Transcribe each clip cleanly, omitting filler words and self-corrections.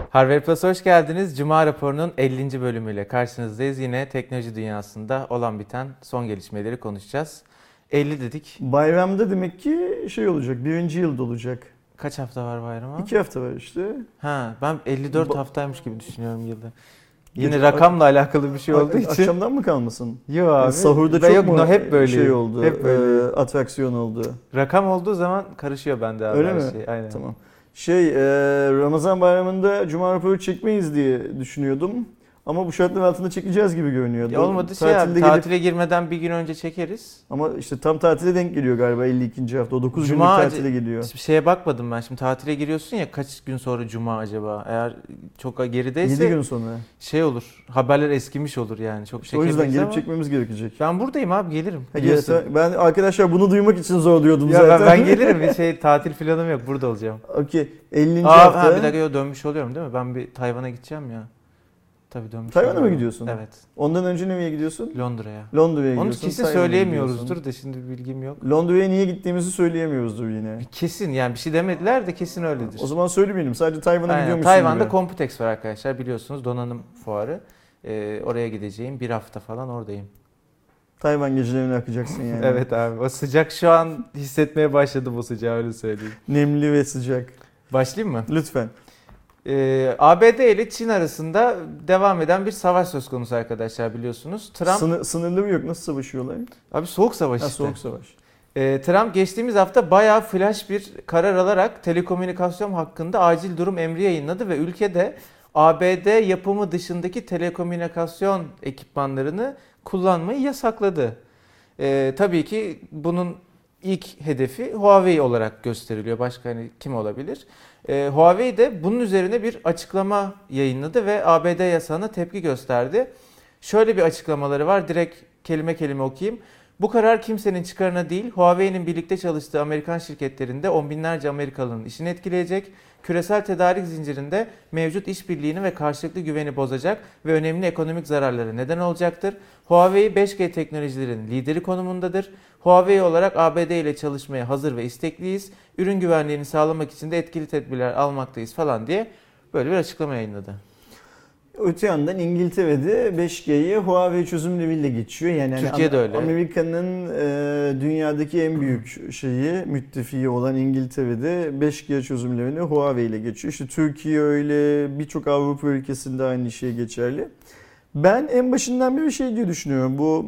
Harvard Plus'a hoş geldiniz. Cuma raporunun 50. bölümüyle karşınızdayız. Yine teknoloji dünyasında olan biten son gelişmeleri konuşacağız. 50 dedik. Bayramda demek ki şey olacak, birinci yılda olacak. Kaç hafta var bayrama? 2 hafta var işte. Ben 54 haftaymış gibi düşünüyorum yılda. Yine rakamla alakalı bir şey olduğu için. Akşamdan mı kalmasın? Yok abi. Sahurda çok yok, mu hep böyle şey oldu, hep böyle. Atraksiyon oldu? Rakam olduğu zaman karışıyor bende abi. Öyle her mi? şey. Aynen. Tamam. Ramazan bayramında Cuma raporu çekmeyiz diye düşünüyordum. Ama bu şartlar altında çekeceğiz gibi görünüyordu. Olmadı tatile girmeden bir gün önce çekeriz. Ama işte tam tatile denk geliyor galiba 52. hafta. O 9 günlük tatile geliyor. Şeye bakmadım ben şimdi, tatile giriyorsun ya, kaç gün sonra Cuma acaba? Eğer çok gerideyse 7 gün sonra. Şey olur, haberler eskimiş olur yani. Çok O yüzden gelip ama çekmemiz gerekecek. ben buradayım abi, gelirim. Ben arkadaşlar bunu duymak için zorluyordum ya zaten. Ben gelirim, bir tatil planım yok, burada olacağım. Okey, 50. hafta. Bir dakika, dönmüş oluyorum değil mi? Ben bir Tayvan'a gideceğim ya. Tabii dönmüş. Tayvan'a mı gidiyorsun? Evet. Ondan önce nereye gidiyorsun? Londra'ya. Londra'ya gidiyorsun. Onu kesin söyleyemiyoruzdur da şimdi bir bilgim yok. Londra'ya niye gittiğimizi söyleyemiyoruzdur yine. Kesin yani, bir şey demediler de kesin öyledir. O zaman söylemeyelim. Sadece Tayvan'a gidiyormuşsun Tayvan'da gibi. Computex var arkadaşlar, biliyorsunuz, donanım fuarı. Oraya gideceğim. Bir hafta falan oradayım. Tayvan gecelerine akacaksın yani. Evet abi. O sıcak, şu an hissetmeye başladım o sıcağı, öyle söyleyeyim. Nemli ve sıcak. Başlayayım mı? Lütfen. ABD ile Çin arasında devam eden bir savaş söz konusu arkadaşlar, biliyorsunuz. Trump sınırları yok. Nasıl savaşıyorlar? Abi soğuk savaş işte. Soğuk savaş. Trump geçtiğimiz hafta bayağı flash bir karar alarak telekomünikasyon hakkında acil durum emri yayınladı ve ülkede ABD yapımı dışındaki telekomünikasyon ekipmanlarını kullanmayı yasakladı. Tabii ki bunun ilk hedefi Huawei olarak gösteriliyor. Başka kim olabilir? Huawei de bunun üzerine bir açıklama yayınladı ve ABD yasağına tepki gösterdi. Şöyle bir açıklamaları var. Direkt kelime kelime okuyayım. Bu karar kimsenin çıkarına değil, Huawei'nin birlikte çalıştığı Amerikan şirketlerinde on binlerce Amerikalı'nın işini etkileyecek, küresel tedarik zincirinde mevcut işbirliğini ve karşılıklı güveni bozacak ve önemli ekonomik zararlara neden olacaktır. Huawei 5G teknolojilerin lideri konumundadır. Huawei olarak ABD ile çalışmaya hazır ve istekliyiz. Ürün güvenliğini sağlamak için de etkili tedbirler almaktayız falan diye böyle bir açıklama yayınladı. Öte yandan İngiltere'de 5G'ye Huawei çözümleriyle geçiyor. Yani Türkiye'de öyle. Amerika'nın dünyadaki en büyük müttefiği olan İngiltere'de 5G çözümlerini Huawei ile geçiyor. İşte Türkiye öyle, birçok Avrupa ülkesinde aynı şey geçerli. Ben en başından beri şey diye düşünüyorum. Bu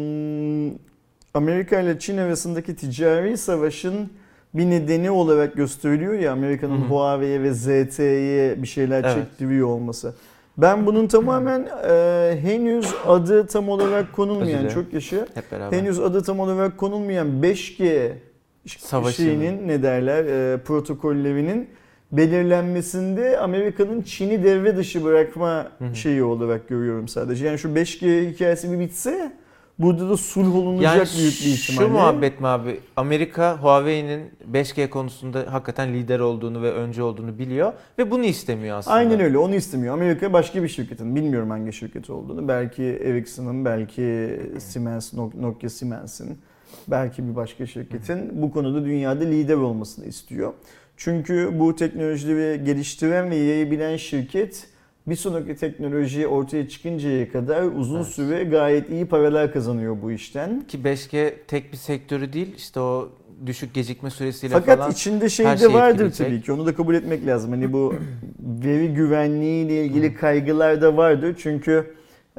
Amerika ile Çin arasındaki ticari savaşın bir nedeni olarak gösteriliyor ya, Amerika'nın Huawei'ye ve ZTE'ye bir şeyler çektiriyor olması. Ben bunun tamamen henüz adı tam olarak konulmayan, çok yaşa, henüz adı tam olarak konulmayan 5G şeyinin protokollerinin belirlenmesinde Amerika'nın Çin'i devre dışı bırakma şeyi olarak görüyorum sadece. Yani şu 5G hikayesi bir bitse burada da sulh olunacak yani büyük bir ihtimalle. Şu muhabbet mi abi? Amerika Huawei'nin 5G konusunda hakikaten lider olduğunu ve öncü olduğunu biliyor ve bunu istemiyor aslında. Aynen öyle, onu istemiyor. Amerika başka bir şirketin, bilmiyorum hangi şirket olduğunu, belki Ericsson'ın, belki Siemens, Nokia Siemens'in, belki bir başka şirketin bu konuda dünyada lider olmasını istiyor. Çünkü bu teknolojileri geliştiren ve yayabilen şirket bir sonraki teknoloji ortaya çıkıncaya kadar uzun süre gayet iyi paralar kazanıyor bu işten. Ki 5G tek bir sektörü değil, işte o düşük gecikme süresiyle fakat falan. Fakat içinde şey de vardır tabii ki, onu da kabul etmek lazım. Hani bu veri güvenliği ile ilgili kaygılar da vardır. Çünkü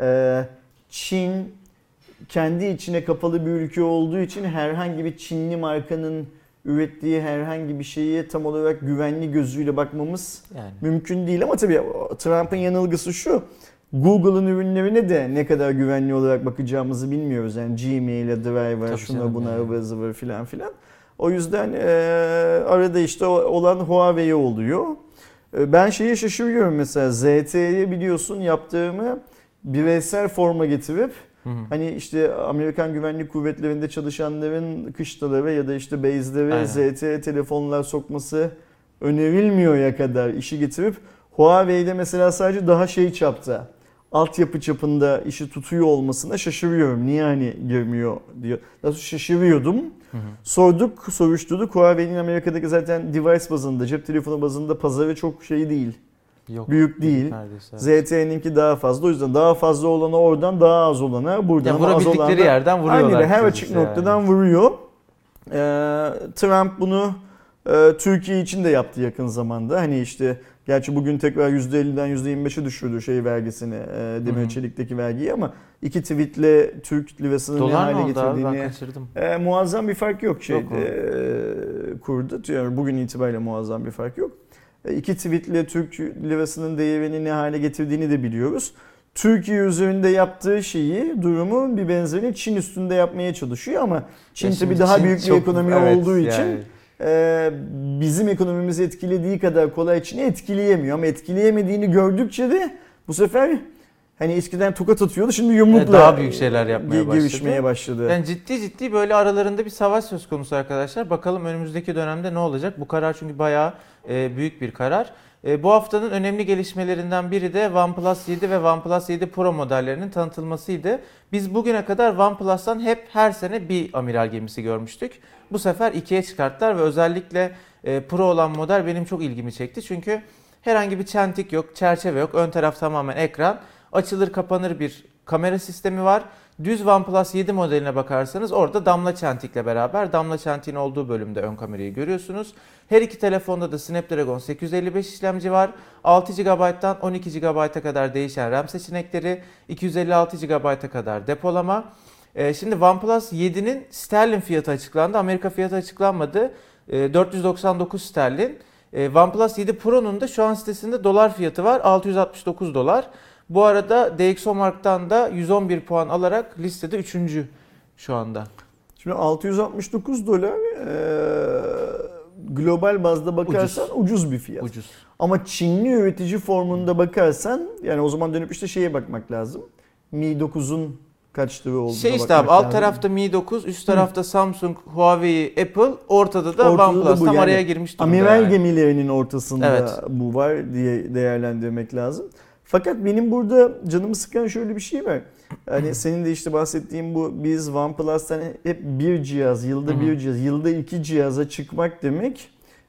Çin kendi içine kapalı bir ülke olduğu için herhangi bir Çinli markanın ürettiği herhangi bir şeye tam olarak güvenli gözüyle bakmamız mümkün değil. Ama tabii Trump'ın yanılgısı şu: Google'ın ürünlerine de ne kadar güvenli olarak bakacağımızı bilmiyoruz. Yani Gmail'e, Drive'a, şuna buna, ıvır zıvır filan filan. O yüzden arada işte olan Huawei oluyor. Ben şeye şaşırıyorum mesela, ZTE'ye biliyorsun yaptığımı bireysel forma getirip hani işte Amerikan Güvenlik Kuvvetleri'nde çalışanların kışlaları ya da işte base'lere ZTE telefonlar sokması önerilmiyor ya kadar işi getirip Huawei'de mesela sadece daha çapta, altyapı çapında işi tutuyor olmasına şaşırıyorum. Niye hani girmiyor diyor. Daha sonra şaşırıyordum. Sorduk, soruşturduk. Huawei'nin Amerika'daki zaten device bazında, cep telefonu bazında pazarı çok değil. Yok, büyük değil. neredeyse. ZTE'ninki daha fazla. O yüzden daha fazla olana oradan, daha az olana buradan, Ya ama az vurabildikleri olana yerden vuruyorlar. aynı her açık noktadan vuruyor. Trump bunu Türkiye için de yaptı yakın zamanda. Hani işte gerçi bugün tekrar %50'den %25'e düşürdü şey vergisini, demir çelikteki vergiyi, ama iki tweetle Türk lirasını ne Dolar ne hale oldu abi? Ben getirdiğini kaçırdım. muazzam bir fark yok kurda. Yani bugün itibariyle muazzam bir fark yok. İki tweetle Türk lirasının değerini ne hale getirdiğini de biliyoruz. Türkiye üzerinde yaptığı şeyi, durumu bir benzerini Çin üstünde yapmaya çalışıyor, ama Çin tabii daha büyük bir ekonomi olduğu için bizim ekonomimizi etkilediği kadar kolay Çin'i etkileyemiyor, ama etkileyemediğini gördükçe de bu sefer hani eskiden tokat atıyordu, şimdi yumrukla daha büyük şeyler yapmaya girişmeye başladı. Yani ciddi böyle aralarında bir savaş söz konusu arkadaşlar. Bakalım önümüzdeki dönemde ne olacak? Bu karar çünkü bayağı büyük bir karar. Bu haftanın önemli gelişmelerinden biri de OnePlus 7 ve OnePlus 7 Pro modellerinin tanıtılmasıydı. Biz bugüne kadar OnePlus'tan hep her sene bir amiral gemisi görmüştük. Bu sefer ikiye çıkarttılar ve özellikle Pro olan model benim çok ilgimi çekti. Çünkü herhangi bir çentik yok, çerçeve yok. Ön taraf tamamen ekran. Açılır kapanır bir kamera sistemi var. Düz OnePlus 7 modeline bakarsanız orada damla çentikle beraber, damla çentiğin olduğu bölümde ön kamerayı görüyorsunuz. Her iki telefonda da Snapdragon 855 işlemci var. 6 GB'dan 12 GB'a kadar değişen RAM seçenekleri, 256 GB'a kadar depolama. Şimdi OnePlus 7'nin sterlin fiyatı açıklandı. Amerika fiyatı açıklanmadı. 499 sterlin. OnePlus 7 Pro'nun da şu an sitesinde dolar fiyatı var. 669 dolar. Bu arada DxOMark'tan da 111 puan alarak listede 3. şu anda. Şimdi 669 dolar global bazda bakarsan ucuz bir fiyat. Ucuz. Ama Çinli üretici formunda bakarsan, yani o zaman dönüp işte şeye bakmak lazım. Mi 9'un kaç lira olduğuna bakmak işte abi, alt lazım. tarafta Mi 9, üst tarafta Samsung, Huawei, Apple, ortada da OnePlus tam araya girmiş durumda. Amiral gemilerinin ortasında evet, bu var diye değerlendirmek lazım. Fakat benim burada canımı sıkan şöyle bir şey var. Hani senin de işte bahsettiğin bu, biz OnePlus'tan hep bir cihaz, yılda bir cihaz, yılda iki cihaza çıkmak demek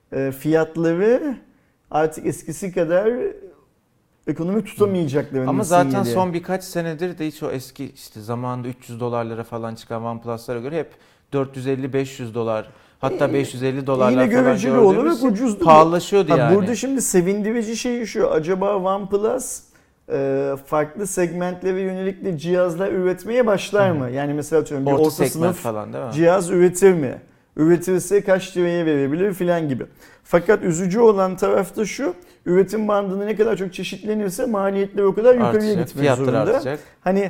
fiyatları artık eskisi kadar ekonomik tutamayacaklarını ama zaten sinyali. son birkaç senedir de hiç o eski işte zamanında 300 dolarlara falan çıkan OnePlus'lara göre hep 450-500 dolar, hatta 550 dolarlar yine falan göreceli olarak gördüğümüz ucuzdu. pahalılaşıyordu yani. Burada şimdi sevindirici şey şu: acaba OnePlus farklı segmentlere yönelik de cihazlar üretmeye başlar mı? Yani mesela atıyorum bir orta sınıf falan, değil mi? cihaz üretir mi? Üretirse kaç liraya verebilir filan gibi. Fakat üzücü olan taraf da şu: üretim bandını ne kadar çok çeşitlenirse maliyetler o kadar yukarıya gitmek zorunda. Artacak. Hani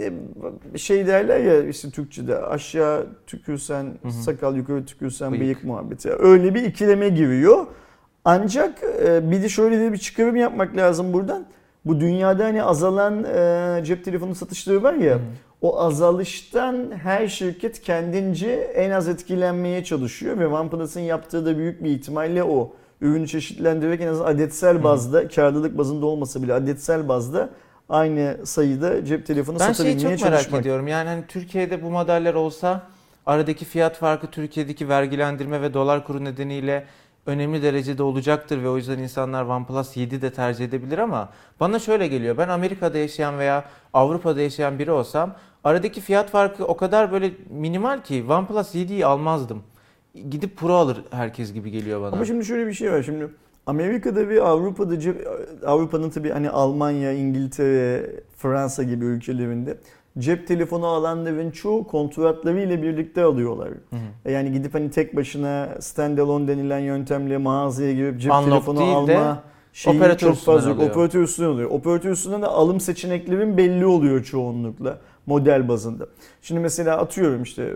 şey derler ya işte Türkçe'de, aşağı tükürsen sakal, yukarı tükürsen bıyık muhabbeti. Öyle bir ikileme giriyor. Ancak bir de şöyle de bir çıkarım yapmak lazım buradan. Bu dünyada hani azalan cep telefonu satışları var ya, o azalıştan her şirket kendince en az etkilenmeye çalışıyor ve OnePlus'ın yaptığı da büyük bir ihtimalle o. Ürünü çeşitlendirerek en az adetsel bazda, karlılık bazında olmasa bile adetsel bazda aynı sayıda cep telefonu satabilmeye çalışmak. Ben şeyi çok merak ediyorum. Yani hani Türkiye'de bu modeller olsa aradaki fiyat farkı Türkiye'deki vergilendirme ve dolar kuru nedeniyle önemli derecede olacaktır ve o yüzden insanlar OnePlus 7 de tercih edebilir, ama bana şöyle geliyor: ben Amerika'da yaşayan veya Avrupa'da yaşayan biri olsam aradaki fiyat farkı o kadar böyle minimal ki OnePlus 7'yi almazdım. Gidip Pro alır herkes gibi geliyor bana. Ama şimdi şöyle bir şey var. Şimdi Amerika'da ve Avrupa'da Avrupa'nın tabii hani Almanya, İngiltere, Fransa gibi ülkelerinde cep telefonu alanların çoğu kontratlarıyla birlikte alıyorlar. Yani gidip hani tek başına standalone denilen yöntemle mağazaya girip cep telefonu alma şeyi çok fazla yok. Operatör üstünden oluyor. Operatör üstünden de alım seçeneklerin belli oluyor çoğunlukla model bazında. Şimdi mesela atıyorum işte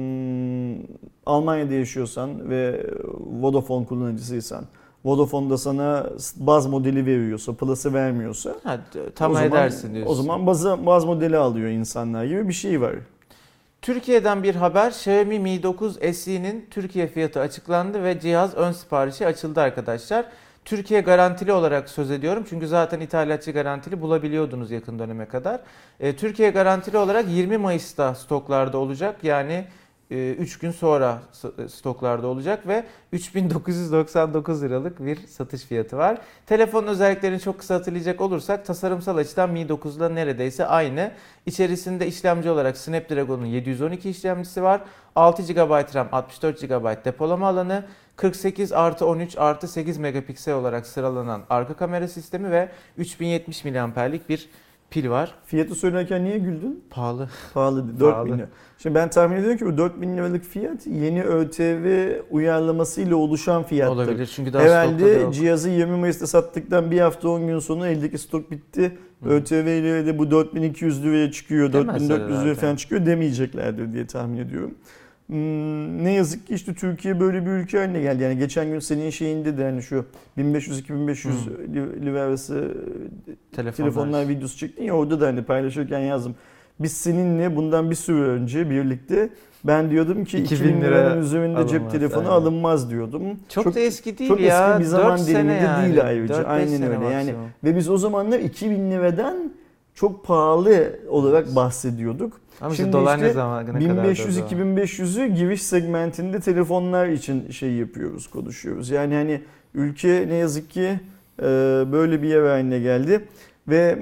Almanya'da yaşıyorsan ve Vodafone kullanıcısıysan, Vodafone da sana baz modeli veriyorsa, Plus'ı vermiyorsa tam edersin diyorsun. O zaman baz modeli alıyor insanlar gibi bir şey var. Türkiye'den bir haber: Xiaomi Mi 9 SE'nin Türkiye fiyatı açıklandı ve cihaz ön siparişi açıldı arkadaşlar. Türkiye garantili olarak söz ediyorum çünkü zaten ithalatçı garantili bulabiliyordunuz yakın döneme kadar. Türkiye garantili olarak 20 Mayıs'ta stoklarda olacak, yani 3 gün sonra stoklarda olacak ve 3.999 liralık bir satış fiyatı var. Telefonun özelliklerini çok kısa hatırlayacak olursak tasarımsal açıdan Mi 9'la neredeyse aynı. İçerisinde işlemci olarak Snapdragon'un 712 işlemcisi var. 6 GB RAM, 64 GB depolama alanı, 48+13+8 megapiksel olarak sıralanan arka kamera sistemi ve 3070 mAh'lik bir pil var. Fiyatı söylerken niye güldün? Pahalı. Pahalı. 4.000 lira. Şimdi ben tahmin ediyorum ki bu 4.000 liralık fiyat yeni ÖTV uyarlamasıyla oluşan fiyattır. Olabilir çünkü daha stokta da herhalde yok. cihazı 20 Mayıs'ta sattıktan bir hafta 10 gün sonra eldeki stok bitti. ÖTV ile de bu 4.200 liraya çıkıyor, Demezler 4.400 liraya herhalde. falan çıkıyor demeyeceklerdir diye tahmin ediyorum. Ne yazık ki işte Türkiye böyle bir ülke haline geldi. Yani geçen gün senin şeyinde de hani şu 1500-2500 lira arası telefonlar videosu çektin ya, orada da hani paylaşırken yazdım. Biz seninle bundan bir süre önce birlikte ben diyordum ki 2000 liranın üzerinde cep telefonu alınmaz diyordum. Çok da eski değil çok ya. Eski bir zaman diliminde yani. değil ayrıca. Aynen öyle. Yani ve biz o zamanlar 2000 liradan çok pahalı olarak bahsediyorduk. Ama şimdi dolar işte ne zaman 1500-2500'ü giriş segmentinde telefonlar için şey yapıyoruz, konuşuyoruz. Yani hani ülke ne yazık ki böyle bir yer haline geldi ve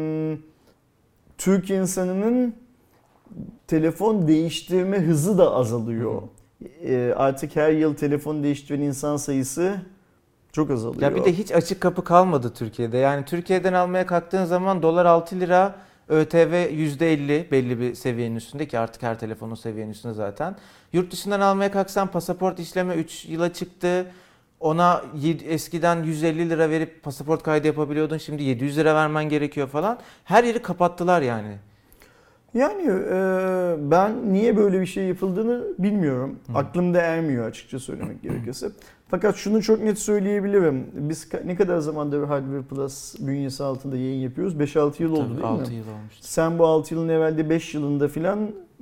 Türk insanının telefon değiştirme hızı da azalıyor. Artık her yıl telefon değiştiren insan sayısı çok azalıyor. Ya bir de hiç açık kapı kalmadı Türkiye'de. Yani Türkiye'den almaya kalktığın zaman dolar 6 lira, ÖTV %50 belli bir seviyenin üstünde ki artık her telefonun seviyenin üstünde zaten. Yurt dışından almaya kalksan pasaport işleme 3 yıla çıktı. Ona eskiden 150 lira verip pasaport kaydı yapabiliyordun. Şimdi 700 lira vermen gerekiyor falan. Her yeri kapattılar yani. Yani ben niye böyle bir şey yapıldığını bilmiyorum. Aklımda ermiyor açıkça söylemek gerekirse. Fakat şunu çok net söyleyebilirim. Biz ne kadar zamandır Hardware Plus bünyesi altında yayın yapıyoruz? 5-6 yıl oldu değil mi? 6 yıl olmuştu. Sen bu 6 yılın evvelde 5 yılında filan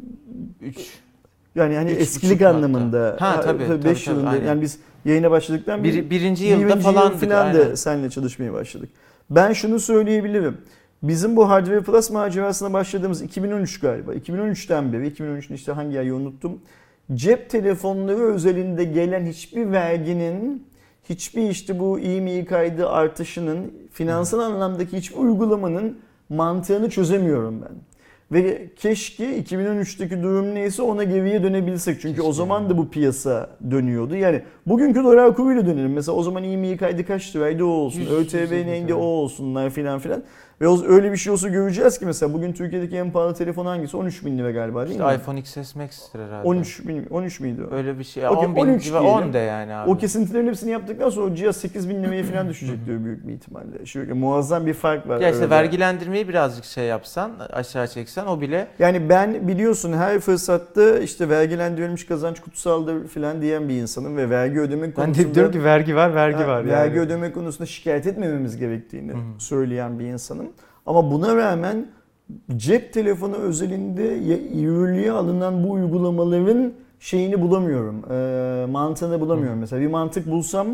3. yani hani 3,5 eskilik anlamında. Tabii, 5 yılında aynen. yani biz yayına başladıktan birinci yılda falandık. Falan da seninle çalışmaya başladık. Ben şunu söyleyebilirim. Bizim bu Hardware Plus macerasına başladığımız 2013 galiba. 2013'ten beri, 2013'ün işte hangi ayı unuttum. Cep telefonları özelinde gelen hiçbir verginin, hiçbir işte bu IMEI kaydı artışının, finansal anlamdaki hiçbir uygulamanın mantığını çözemiyorum ben. Ve keşke 2013'teki durum neyse ona geriye dönebilsek. Çünkü keşke o zaman da bu piyasa dönüyordu. Yani bugünkü dolar kuruyla dönelim. Mesela o zaman IMEI kaydı kaç liraydı o olsun. ÖTV neydi o olsunlar filan filan. Ve öyle bir şey olsa göreceğiz ki mesela bugün Türkiye'deki en pahalı telefon hangisi? 13 bin lira galiba değil mi? iPhone XS Max'tir herhalde. 13 miydi o? Öyle bir şey. Okay, 10 bin 13 ve 10 de yani abi. O kesintilerin hepsini yaptıktan sonra o cihaz 8 bin liraya falan düşecek diyor büyük bir ihtimalle. Şöyle muazzam bir fark var. Ya işte vergilendirmeyi birazcık şey yapsan, aşağı çeksen o bile. Yani ben biliyorsun her fırsatta işte vergilendirilmiş kazanç kutsaldır falan diyen bir insanım ve vergi ödemek konusunda... Ben de diyorum ki vergi var yani. Vergi ödemek konusunda şikayet etmememiz gerektiğini söyleyen bir insanım. Ama buna rağmen cep telefonu özelinde yürürlüğe alınan bu uygulamaların şeyini bulamıyorum. Mantığını bulamıyorum. Mesela bir mantık bulsam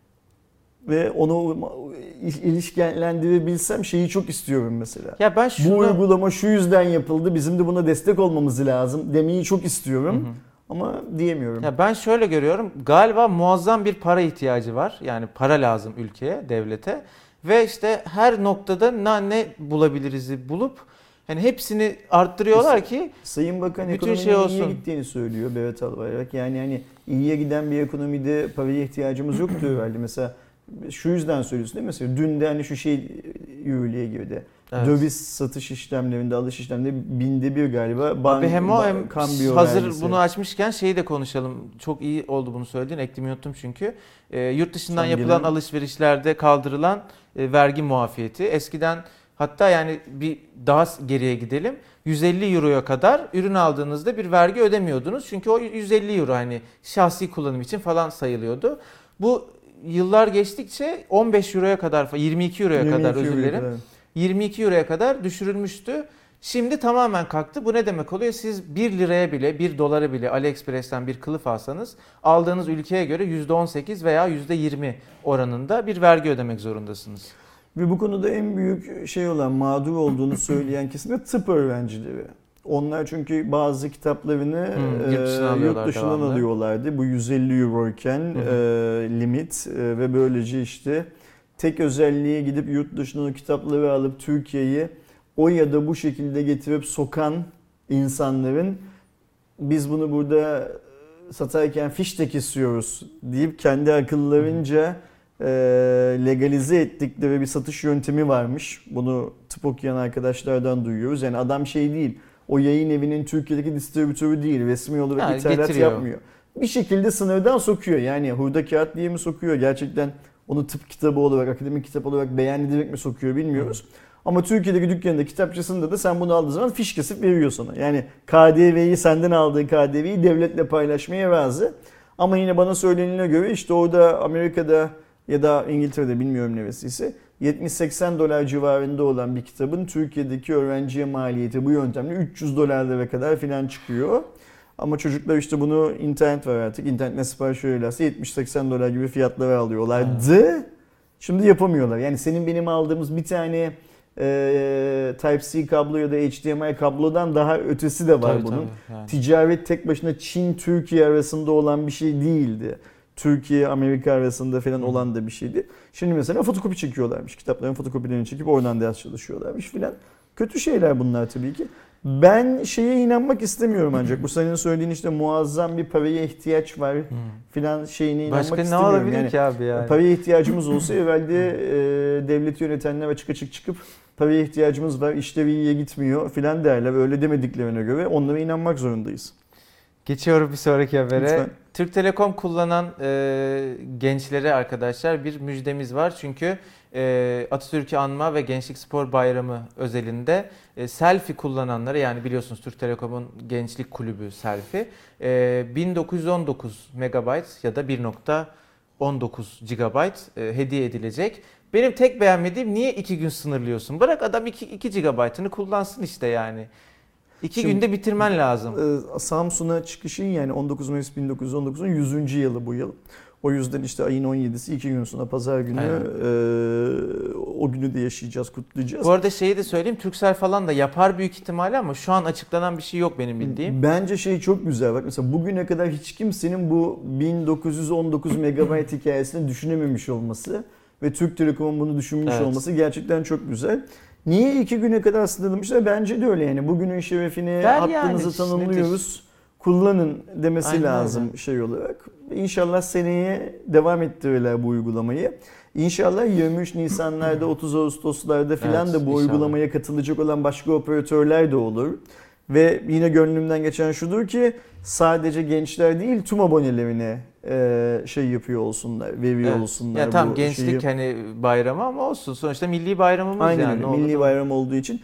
ve onu ilişkilendirebilsem şeyi çok istiyorum mesela. Ya ben Bu uygulama şu yüzden yapıldı. Bizim de buna destek olmamız lazım demeyi çok istiyorum. Ama diyemiyorum. Ya ben şöyle görüyorum. Galiba muazzam bir para ihtiyacı var. Yani para lazım ülkeye, devlete. Ve işte her noktada ne bulabiliriz'i bulup hani hepsini arttırıyorlar ki Sayın Bakan bütün ekonominin iyiye gittiğini söylüyor Berat Albayrak. Yani hani iyiye giden bir ekonomide paraya ihtiyacımız yoktu herhalde. Mesela şu yüzden söylüyorsun değil mi? Mesela dün de hani şu şey yürürlüğe girdi. Evet. Döviz satış işlemlerinde, alış işlemlerinde binde bir galiba. Abi hem hazır vergisi. Bunu açmışken şeyi de konuşalım. Çok iyi oldu bunu söylediğin. Eklemeyi unuttum çünkü. Yurt dışından yapılan alışverişlerde kaldırılan vergi muafiyeti. Eskiden hatta yani bir daha geriye gidelim. 150 euroya kadar ürün aldığınızda bir vergi ödemiyordunuz. Çünkü o 150 euro hani şahsi kullanım için falan sayılıyordu. Bu yıllar geçtikçe 15 euroya kadar, 22 euroya kadar özür dilerim. 22 euroya kadar düşürülmüştü. Şimdi tamamen kalktı. Bu ne demek oluyor? Siz 1 liraya bile, 1 dolara bile AliExpress'ten bir kılıf alsanız aldığınız ülkeye göre %18 veya %20 oranında bir vergi ödemek zorundasınız. Ve bu konuda en büyük şey olan, mağdur olduğunu söyleyen kesim de tıp öğrencileri. Onlar çünkü bazı kitaplarını yurt yurt dışından devamlı alıyorlardı. Bu 150 euro iken limit ve böylece işte tek özelliği gidip yurt dışından o kitapları alıp Türkiye'yi o ya da bu şekilde getirip sokan insanların biz bunu burada satarken fiş de kesiyoruz deyip kendi akıllarınca legalize ettikleri bir satış yöntemi varmış. Bunu tıp okuyan arkadaşlardan duyuyoruz. Yani adam şey değil, o yayın evinin Türkiye'deki distribütörü değil, resmi olarak yani ithalat getiriyor. yapmıyor. Bir şekilde sınırdan sokuyor. Yani hurda kağıt diye mi sokuyor? Gerçekten onu tıp kitabı olarak, akademik kitap olarak beyan ederek mi sokuyor bilmiyoruz. Ama Türkiye'deki dükkanında, kitapçısında da sen bunu aldığın zaman fiş kesip veriyor sana. Yani KDV'yi, senden aldığın KDV'yi devletle paylaşmaya razı. Ama yine bana söylenilene göre işte orada Amerika'da ya da İngiltere'de, bilmiyorum neresiyse, 70-80 dolar civarında olan bir kitabın Türkiye'deki öğrenciye maliyeti bu yöntemle 300 dolarlara kadar filan çıkıyor. Ama çocuklar işte bunu, internet var artık, internetten sipariş veriyorlarsa 70-80 dolar gibi fiyatlara alıyorlardı. Şimdi yapamıyorlar. Yani senin benim aldığımız bir tane Type-C kablo ya da HDMI kablodan daha ötesi de var bunun. Yani. Ticaret tek başına Çin-Türkiye arasında olan bir şey değildi. Türkiye-Amerika arasında falan olan da bir şeydi. Şimdi mesela fotokopi çekiyorlarmış. Kitapların fotokopilerini çekip oradan ders çalışıyorlarmış filan. Kötü şeyler bunlar tabii ki. Ben şeye inanmak istemiyorum ancak. Bu senin söylediğin işte muazzam bir paraya ihtiyaç var filan şeyine inanmak istemiyorum. istemiyorum. Başka ne olabilir ki abi yani? Paraya ihtiyacımız olsa evvelde devleti yönetenler açık açık çıkıp paraya ihtiyacımız var, işleri iyiye gitmiyor filan derler. Öyle demediklerine göre onlara inanmak zorundayız. Geçiyorum bir sonraki habere. Lütfen. Türk Telekom kullanan gençlere arkadaşlar bir müjdemiz var. Çünkü Atatürk'ü anma ve Gençlik Spor Bayramı özelinde selfie kullananlara, yani biliyorsunuz Türk Telekom'un gençlik kulübü selfie, 1919 MB ya da 1.19 GB hediye edilecek. Benim tek beğenmediğim, niye 2 gün sınırlıyorsun? Bırak adam 2 GB'ını kullansın işte yani. 2 günde bitirmen lazım. Samsun'a çıkışın, yani 19 Mayıs 1919'un 100. yılı bu yıl. O yüzden işte ayın 17'si 2 gün sonra pazar günü o günü de yaşayacağız, kutlayacağız. Bu arada şeyi de söyleyeyim, Turkcell falan da yapar büyük ihtimalle ama şu an açıklanan bir şey yok benim bildiğim. Bence şey çok güzel. Bak mesela bugüne kadar hiç kimsenin bu 1919 MB hikayesini düşünememiş olması ve Türk Telekom'un bunu düşünmüş olması gerçekten çok güzel. Niye 2 güne kadar sınırlamışlar? Bence de öyle yani. Bugünün şerefine hattınızı tanımlıyoruz. Kullanın demesi lazım şey olarak. İnşallah seneye devam ettirirler bu uygulamayı. İnşallah 23 Nisanlarda, 30 Ağustoslarda filan da bu uygulamaya katılacak olan başka operatörler de olur. Ve yine gönlümden geçen şudur ki sadece gençler değil, tüm abonelerine şey yapıyor olsunlar, veriyor olsunlar. Ya tam gençlik hani bayramı ama olsun. Sonuçta milli bayramımız. Aynen yani. Öyle, milli bayram olduğu için.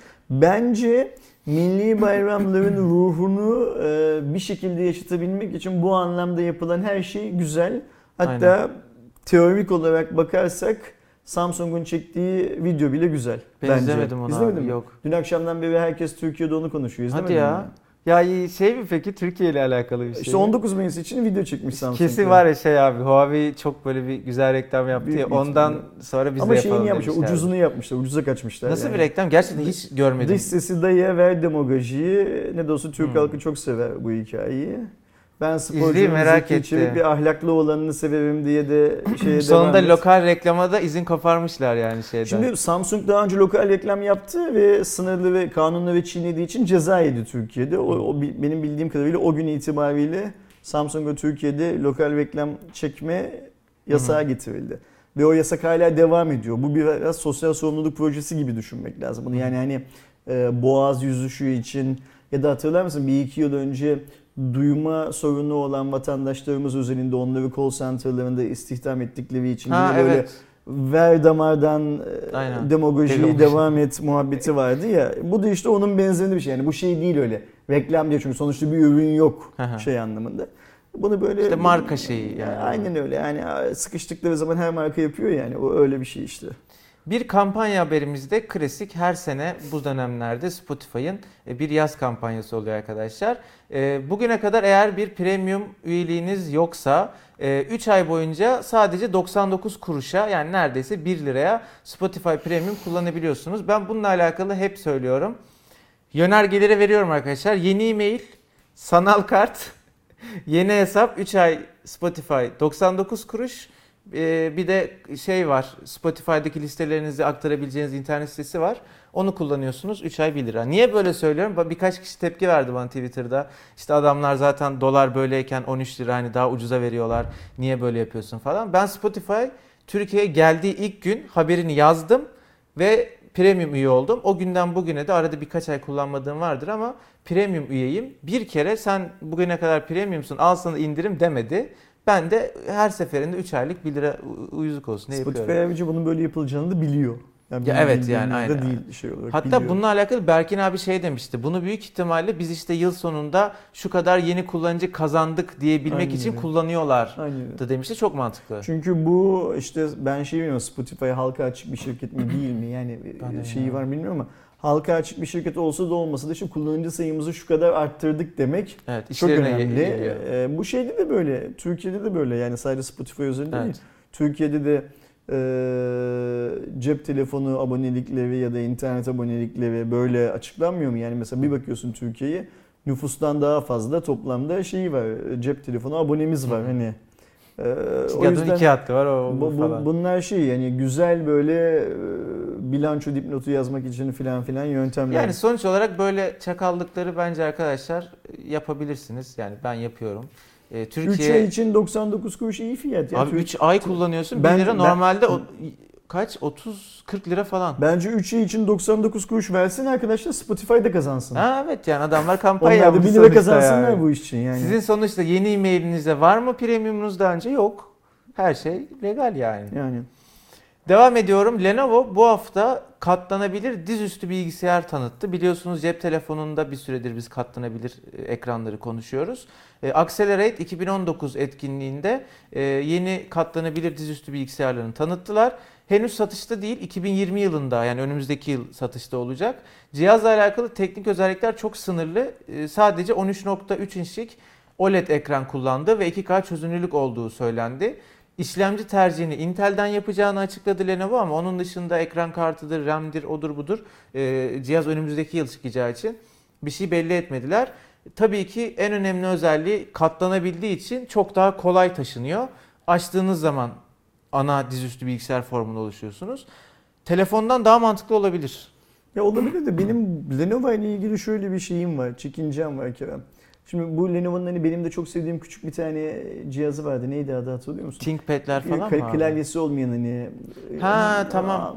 Bence milli bayramların ruhunu bir şekilde yaşatabilmek için bu anlamda yapılan her şey güzel. Hatta teorik olarak bakarsak Samsung'un çektiği video bile güzel. Ben izlemedim onu. İzlemedin mi? Yok. Dün akşamdan beri herkes Türkiye'de onu konuşuyor. İzlemedin Hadi ya. mi? Ya şey mi peki, Türkiye ile alakalı bir şey İşte 19 Mayıs için video çekmiş Samsung. Kesin var ya şey abi, Huawei çok böyle bir güzel reklam yaptı ya, ondan sonra biz de yapalım. Ama şeyini yapmışlar, ucuzunu yapmışlar, ucuza kaçmışlar. Nasıl bir reklam? Gerçekten hiç görmedim. Dış sesi dayıya ver demagojiyi. Ne de olsa Türk halkı çok sever bu hikayeyi. Ben sporcunun zeki içerik bir ahlaklı olanını severim diye de şeye sonunda devam et. lokal reklama da izin koparmışlar yani şeyden. Şimdi Samsung daha önce lokal reklam yaptı ve sınırlı ve kanunlu ve çiğnediği için ceza yedi Türkiye'de. O benim bildiğim kadarıyla o gün itibariyle Samsung'a Türkiye'de lokal reklam çekme yasağı getirildi. Ve o yasak hala devam ediyor. Bu biraz sosyal sorumluluk projesi gibi düşünmek lazım. Bunu yani hani boğaz yüzüşü için ya da hatırlar mısın bir iki yıl önce duyma sorunu olan vatandaşlarımız özelinde onları call center'larında istihdam ettikleri için böyle ver damardan demagojiyi devam et muhabbeti vardı ya. Bu da işte onun benzerinde bir şey. Yani bu şey değil öyle. Reklam diye, çünkü sonuçta bir ürün yok şey anlamında. Bunu böyle işte marka şeyi yani. Aynen öyle. Yani sıkıştıkları zaman her marka yapıyor yani. O öyle bir şey işte. Bir kampanya haberimizde klasik, her sene bu dönemlerde Spotify'ın bir yaz kampanyası oluyor arkadaşlar. Bugüne kadar eğer bir premium üyeliğiniz yoksa 3 ay boyunca sadece 99 kuruşa, yani neredeyse 1 liraya Spotify Premium kullanabiliyorsunuz. Ben bununla alakalı hep söylüyorum. Yönergeleri veriyorum arkadaşlar. Yeni e-mail, sanal kart, yeni hesap, 3 ay Spotify 99 kuruş. Bir de şey var, Spotify'daki listelerinizi aktarabileceğiniz internet sitesi var. Onu kullanıyorsunuz, 3 ay 1 lira. Niye böyle söylüyorum? Birkaç kişi tepki verdi bana Twitter'da. İşte adamlar zaten dolar böyleyken 13 lira, hani daha ucuza veriyorlar. Niye böyle yapıyorsun falan. Ben Spotify Türkiye'ye geldiği ilk gün haberini yazdım ve premium üye oldum. O günden bugüne de arada birkaç ay kullanmadığım vardır ama premium üyeyim. Bir kere sen bugüne kadar premiumsun, al sana indirim demedi. Ben de her seferinde 3 aylık 1 lira uyuzluk olsun diye Spotify yapıyorum. ayrıca bunun böyle yapılacağını da biliyor. Yani Ya evet, yani aynen. değil şey olarak Hatta biliyor. bununla alakalı Berkin abi şey demişti. Bunu büyük ihtimalle biz işte yıl sonunda şu kadar yeni kullanıcı kazandık diyebilmek Aynen için öyle. kullanıyorlar Aynen. da demişti. Çok mantıklı. Çünkü bu işte ben şey bilmiyorum, Spotify halka açık bir şirket mi değil mi? Yani şeyi var bilmiyorum ama halka açık bir şirket olsa da olmasa da işte kullanıcı sayımızı şu kadar arttırdık demek Evet, çok işlerine önemli. geliyor. Bu şeyde de böyle, Türkiye'de de böyle, yani sadece Spotify özelinde Evet. değil. Türkiye'de de cep telefonu abonelikleri ya da internet abonelikleri böyle açıklanmıyor mu? Yani mesela bir bakıyorsun Türkiye'ye, nüfustan daha fazla toplamda şeyi var, cep telefonu abonemiz var hani. O yüzden 2 hattı var o falan. bunlar şey, yani güzel böyle bilanço dipnotu yazmak için filan filan yöntemler. Yani sonuç olarak böyle çakallıkları bence arkadaşlar yapabilirsiniz. Yani ben yapıyorum. 3 ay için 99 kuruş iyi fiyat. Ya. Abi 3 ay kullanıyorsun. 1 Ben- lira ben- normalde kaç? 30-40 lira falan. Bence 3 ay için 99 kuruş versin arkadaşlar, Spotify'da kazansın. Ha, evet, yani adamlar kampanya Onlar da yapmış 1 lira sonuçta kazansınlar yani. bu iş için yani. Sizin sonuçta yeni e-mailinizde var mı premiumunuz, daha önce yok. Her şey legal yani. Yani. Devam ediyorum. Lenovo bu hafta katlanabilir dizüstü bilgisayar tanıttı. Biliyorsunuz cep telefonunda bir süredir biz katlanabilir ekranları konuşuyoruz. Accelerate 2019 etkinliğinde yeni katlanabilir dizüstü bilgisayarlarını tanıttılar. Henüz satışta değil, 2020 yılında, yani önümüzdeki yıl satışta olacak. Cihazla alakalı teknik özellikler çok sınırlı. Sadece 13.3 inçlik OLED ekran kullandığı ve 2K çözünürlük olduğu söylendi. İşlemci tercihini Intel'den yapacağını açıkladı Lenovo ama onun dışında ekran kartıdır, RAM'dir, odur budur. Cihaz önümüzdeki yıl çıkacağı için bir şey belli etmediler. Tabii ki en önemli özelliği, katlanabildiği için çok daha kolay taşınıyor. Açtığınız zaman ana dizüstü bilgisayar formuna oluşuyorsunuz. Telefondan daha mantıklı olabilir. Ya olabilir de benim Lenovo ile ilgili şöyle bir şeyim var, çekincem var Kerem. Şimdi bu Lenovo'nun hani benim de çok sevdiğim küçük bir tane cihazı vardı. Neydi adı, hatırlıyor musun? ThinkPad'ler falan mı abi? Klavyesi olmayan hani. Ha, tamam.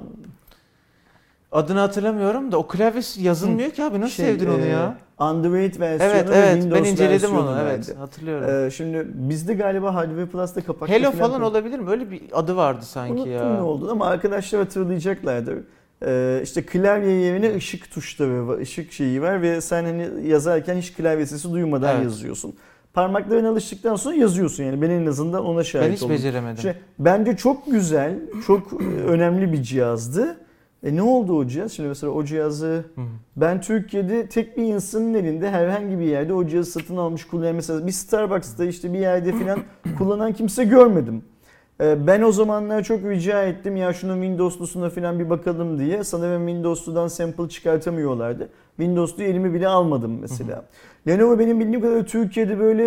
Adını hatırlamıyorum da o klavyesi yazılmıyor ki abi. Nasıl sevdin onu ya? Android versiyonu Evet, ve evet, Windows ben inceledim versiyonu onu. vardı. Evet, hatırlıyorum. Şimdi bizde galiba Hardware Plus'ta kapakta Hello falan olabilir mi? Öyle bir adı vardı sanki unuttum ya. ne oldu ama arkadaşlar hatırlayacaklardır. İşte klavye yerine ışık tuşları var, ışık şeyi var ve sen hani yazarken hiç klavye sesi duymadan Evet. yazıyorsun. Parmaklarına alıştıktan sonra yazıyorsun, yani ben en azından ona şahit Ben hiç oldum. beceremedim. İşte bence çok güzel, çok önemli bir cihazdı. Ne oldu o cihaz? Şimdi mesela o cihazı ben Türkiye'de tek bir insanın elinde herhangi bir yerde o cihazı satın almış kullanan, mesela bir Starbucks'ta işte bir yerde falan kullanan kimse görmedim. Ben o zamanlar çok rica ettim ya şunun Windows'lusuna falan bir bakalım diye. Sanırım Windows'ludan sample çıkartamıyorlardı. Windows'lu elimi bile almadım mesela. Lenovo benim bildiğim kadarıyla Türkiye'de böyle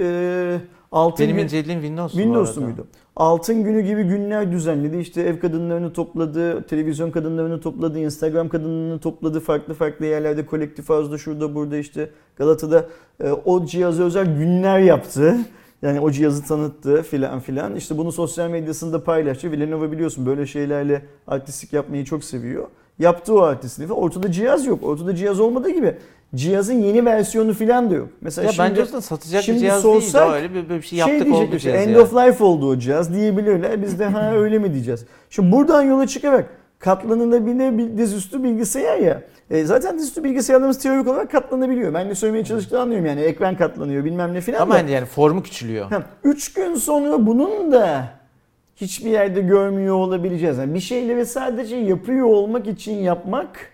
altın... Benim incelediğim Windows'lu Windows'lu muydu? Altın günü gibi günler düzenledi. İşte ev kadınlarını topladı, televizyon kadınlarını topladı, Instagram kadınlarını topladı. Farklı farklı yerlerde, kolektif havuzda, şurada burada, işte Galata'da o cihaza özel günler yaptı. Yani o cihazı tanıttı filan filan. İşte bunu sosyal medyasında paylaştı. Ve Lenovo biliyorsun böyle şeylerle artistlik yapmayı çok seviyor. Yaptı o artistliği. Ortada cihaz yok. Ortada cihaz olmadığı gibi cihazın yeni versiyonu filan da yok. Mesela Ya şimdi, bence aslında satacak bir şimdi cihaz sorsak, değil. Öyle bir şey yaptık diyecek oldu işte, cihaz end ya. of life oldu o cihaz diyebilirler. Biz de ha öyle mi diyeceğiz. Şimdi buradan yola çıkarak katlanılabilir bir dizüstü bilgisayar ya. Zaten dizüstü bilgisayarlarımız teorik olarak katlanabiliyor. Ben de söylemeye çalıştığını anlıyorum, yani ekran katlanıyor bilmem ne filan. Ama yani formu küçülüyor. 3 gün sonra bunun da hiçbir yerde görmüyor olabileceğiz. Yani bir şeyleri sadece yapıyor olmak için yapmak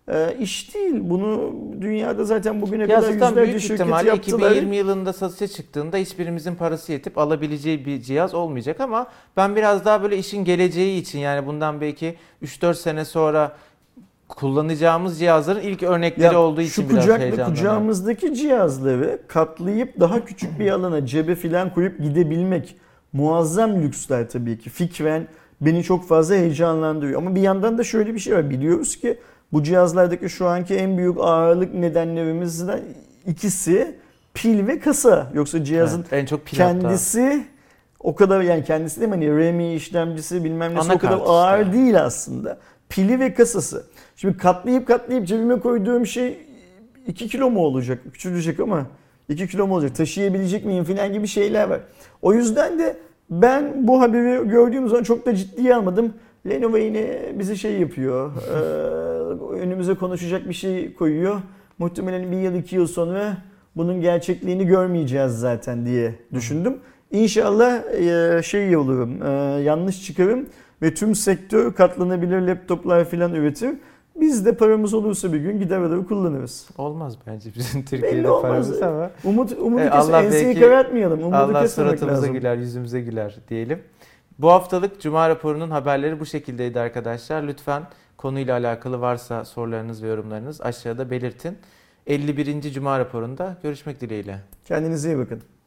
iş değil. Bunu dünyada zaten bugüne kadar zaten yüzlerce büyük şirket ihtimalle yaptılar. 2020 yılında satışa çıktığında hiçbirimizin parası yetip alabileceği bir cihaz olmayacak ama ben biraz daha böyle işin geleceği için, yani bundan belki 3-4 sene sonra kullanacağımız cihazların ilk örnekleri olduğu için biraz heyecanlanıyorum. Kucağımızdaki cihazları katlayıp daha küçük bir alana cebe falan koyup gidebilmek muazzam lüksler tabii ki. Fikren beni çok fazla heyecanlandırıyor. Ama bir yandan da şöyle bir şey var. Biliyoruz ki bu cihazlardaki şu anki en büyük ağırlık nedenlerimizden ikisi pil ve kasa. Yoksa cihazın en çok pil kendisi hatta. O kadar, yani kendisi değil mi? Hani RAM'i, işlemcisi bilmem nesi o kadar ağır işte değil aslında. Pili ve kasası. Şimdi katlayıp cebime koyduğum şey 2 kilo mu olacak? Küçülecek ama 2 kilo mu olacak? Taşıyabilecek miyim falan gibi şeyler var. O yüzden de ben bu haberi gördüğüm zaman çok da ciddiye almadım. Lenovo yine bize şey yapıyor. Önümüze konuşacak bir şey koyuyor. Muhtemelen 1 yıl 2 yıl sonra bunun gerçekliğini görmeyeceğiz zaten diye düşündüm. İnşallah şey olurum, yanlış çıkarım ve tüm sektör katlanabilir laptoplar falan üretir. Biz de paramız olursa bir gün gider alır kullanırız. Olmaz bence bizim Türkiye'de paramız ama. Umudu enseyi karartmayalım. Allah suratımıza güler, yüzümüze güler diyelim. Bu haftalık Cuma raporunun haberleri bu şekildeydi arkadaşlar. Lütfen konuyla alakalı varsa sorularınız ve yorumlarınız aşağıda belirtin. 51. Cuma raporunda görüşmek dileğiyle. Kendinize iyi bakın.